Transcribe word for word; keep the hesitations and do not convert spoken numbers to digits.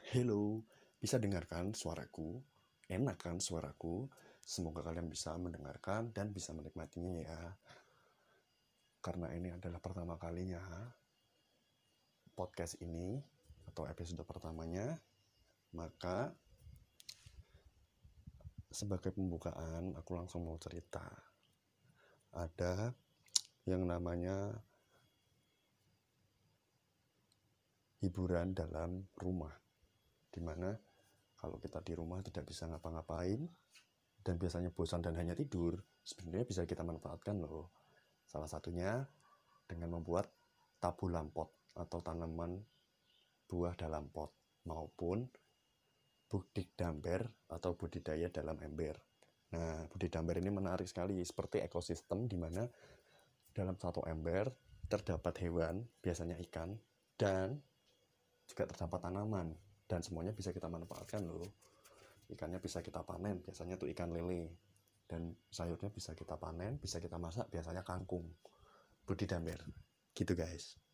Hello, bisa dengarkan suaraku? Enak kan suaraku? Semoga kalian bisa mendengarkan dan bisa menikmatinya ya. Karena ini adalah pertama kalinya podcast ini atau episode pertamanya, maka sebagai pembukaan aku langsung mau cerita. Ada yang namanya hiburan dalam rumah, dimana kalau kita di rumah tidak bisa ngapa-ngapain dan biasanya bosan dan hanya tidur, sebenarnya bisa kita manfaatkan loh. Salah satunya dengan membuat tabulam pot atau tanaman buah dalam pot, maupun budidamber atau budidaya dalam ember. Nah, budidamber ini menarik sekali, seperti ekosistem di mana dalam satu ember terdapat hewan, biasanya ikan, dan juga terdapat tanaman, dan semuanya bisa kita manfaatkan loh. Ikannya bisa kita panen, biasanya tuh ikan lele, dan sayurnya bisa kita panen, bisa kita masak, biasanya kangkung. Budidamber gitu guys.